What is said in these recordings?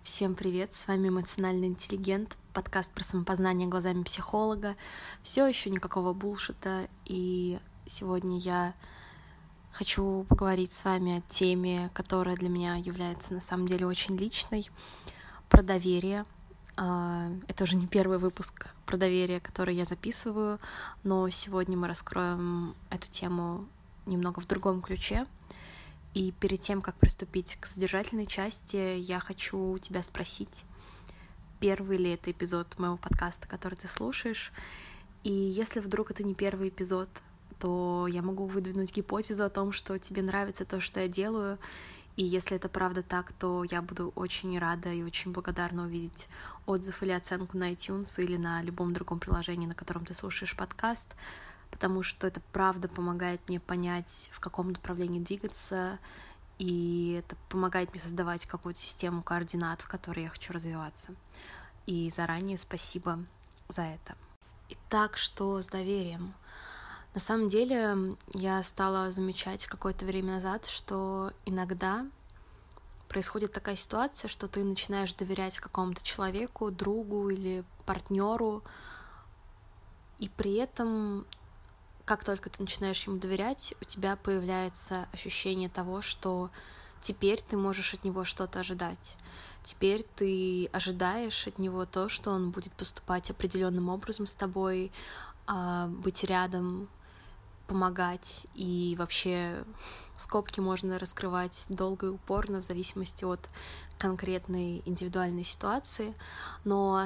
Всем привет, с вами «Эмоциональный интеллигент», подкаст про самопознание глазами психолога. Все еще никакого булшита, и сегодня я хочу поговорить с вами о теме, которая для меня является на самом деле очень личной, про доверие. Это уже не первый выпуск про доверие, который я записываю, но сегодня мы раскроем эту тему немного в другом ключе. И перед тем, как приступить к содержательной части, я хочу тебя спросить, первый ли это эпизод моего подкаста, который ты слушаешь. И если вдруг это не первый эпизод, то я могу выдвинуть гипотезу о том, что тебе нравится то, что я делаю. И если это правда так, то я буду очень рада и очень благодарна увидеть отзыв или оценку на iTunes или на любом другом приложении, на котором ты слушаешь подкаст, потому что это правда помогает мне понять, в каком направлении двигаться, и это помогает мне создавать какую-то систему координат, в которой я хочу развиваться. И заранее спасибо за это. Итак, что с доверием? На самом деле я стала замечать какое-то время назад, что иногда происходит такая ситуация, что ты начинаешь доверять какому-то человеку, другу или партнеру, и при этом как только ты начинаешь ему доверять, у тебя появляется ощущение того, что теперь ты можешь от него что-то ожидать. Теперь ты ожидаешь от него то, что он будет поступать определенным образом с тобой, быть рядом, помогать. И вообще скобки можно раскрывать долго и упорно в зависимости от конкретной индивидуальной ситуации. Но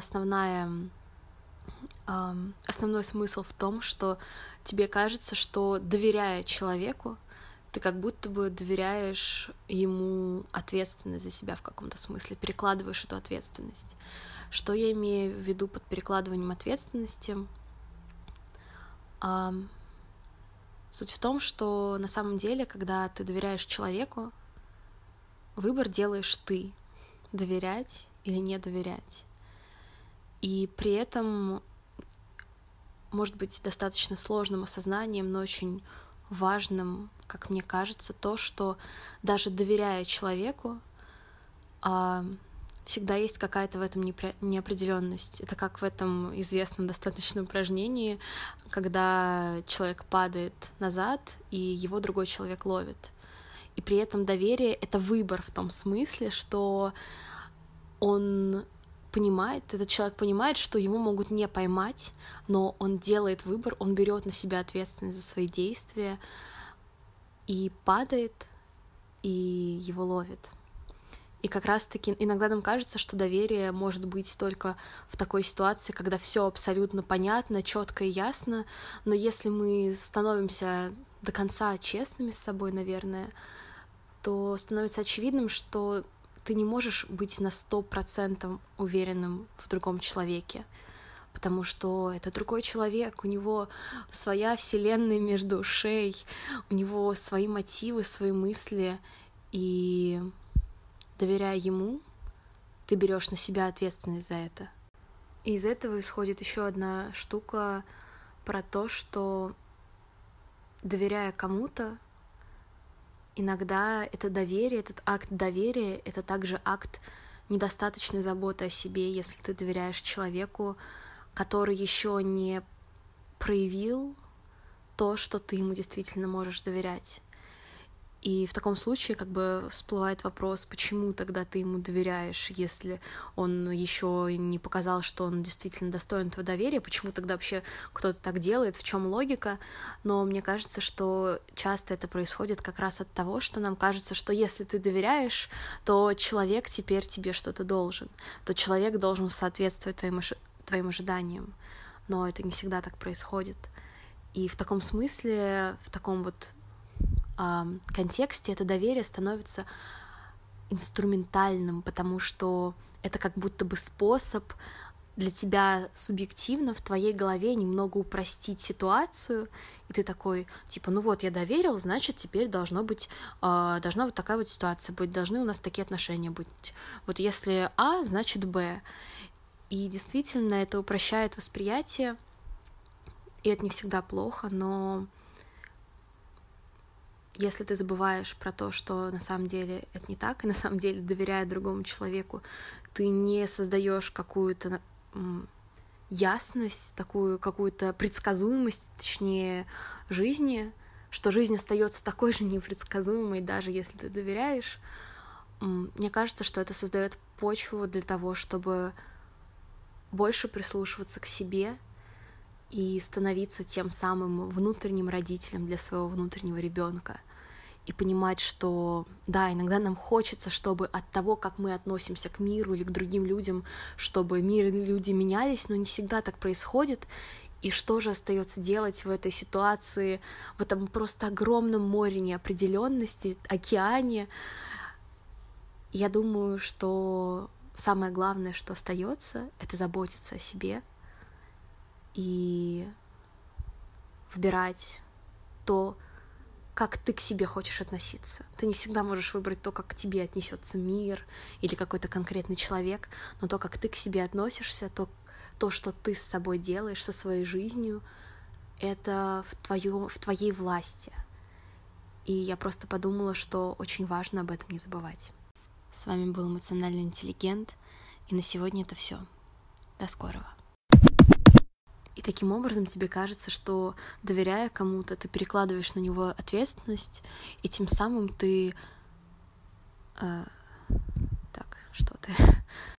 основной смысл в том, что тебе кажется, что, доверяя человеку, ты как будто бы доверяешь ему ответственность за себя в каком-то смысле, перекладываешь эту ответственность. Что я имею в виду под перекладыванием ответственности? Суть в том, что на самом деле, когда ты доверяешь человеку, выбор делаешь ты, доверять или не доверять. И при этом может быть достаточно сложным осознанием, но очень важным, как мне кажется, то, что даже доверяя человеку, всегда есть какая-то в этом неопределенность. Это как в этом известном достаточно упражнении, когда человек падает назад, и его другой человек ловит. И при этом доверие — это выбор в том смысле, что этот человек понимает, что его могут не поймать, но он делает выбор, он берет на себя ответственность за свои действия и падает, и его ловит. И как раз-таки иногда нам кажется, что доверие может быть только в такой ситуации, когда все абсолютно понятно, четко и ясно, но если мы становимся до конца честными с собой, наверное, то становится очевидным, что ты не можешь быть на 100% уверенным в другом человеке, потому что это другой человек, у него своя вселенная между ушей, у него свои мотивы, свои мысли, и доверяя ему, ты берешь на себя ответственность за это. И из этого исходит еще одна штука про то, что, доверяя кому-то, иногда это доверие, этот акт доверия — это также акт недостаточной заботы о себе, если ты доверяешь человеку, который еще не проявил то, что ты ему действительно можешь доверять. И в таком случае всплывает вопрос, почему тогда ты ему доверяешь, если он еще не показал, что он действительно достоин твоего доверия, почему тогда вообще кто-то так делает, в чем логика. Но мне кажется, что часто это происходит как раз от того, что нам кажется, что если ты доверяешь, то человек теперь тебе что-то должен, то человек должен соответствовать твоим ожиданиям. Но это не всегда так происходит. И в таком смысле, в таком контексте это доверие становится инструментальным, потому что это как будто бы способ для тебя субъективно в твоей голове немного упростить ситуацию, и ты такой, я доверил, значит, теперь должна вот такая вот ситуация быть, должны у нас такие отношения быть. Вот если А, значит Б. И действительно это упрощает восприятие, и это не всегда плохо, но если ты забываешь про то, что на самом деле это не так, и на самом деле, доверяя другому человеку, ты не создаешь какую-то ясность, такую какую-то предсказуемость, точнее, жизни, что жизнь остается такой же непредсказуемой, даже если ты доверяешь, мне кажется, что это создает почву для того, чтобы больше прислушиваться к себе и становиться тем самым внутренним родителем для своего внутреннего ребенка. И понимать, что да, иногда нам хочется, чтобы от того, как мы относимся к миру или к другим людям, чтобы мир и люди менялись, но не всегда так происходит. И что же остается делать в этой ситуации, в этом просто огромном море неопределенности, океане? Я думаю, что самое главное, что остается, это заботиться о себе и выбирать то, как ты к себе хочешь относиться. Ты не всегда можешь выбрать то, как к тебе отнесется мир или какой-то конкретный человек, но то, как ты к себе относишься, то, что ты с собой делаешь, со своей жизнью, это в твоей власти. И я просто подумала, что очень важно об этом не забывать. С вами был эмоциональный интеллигент, и на сегодня это все. До скорого. И таким образом тебе кажется, что, доверяя кому-то, ты перекладываешь на него ответственность, и тем самым ты... Так, что ты?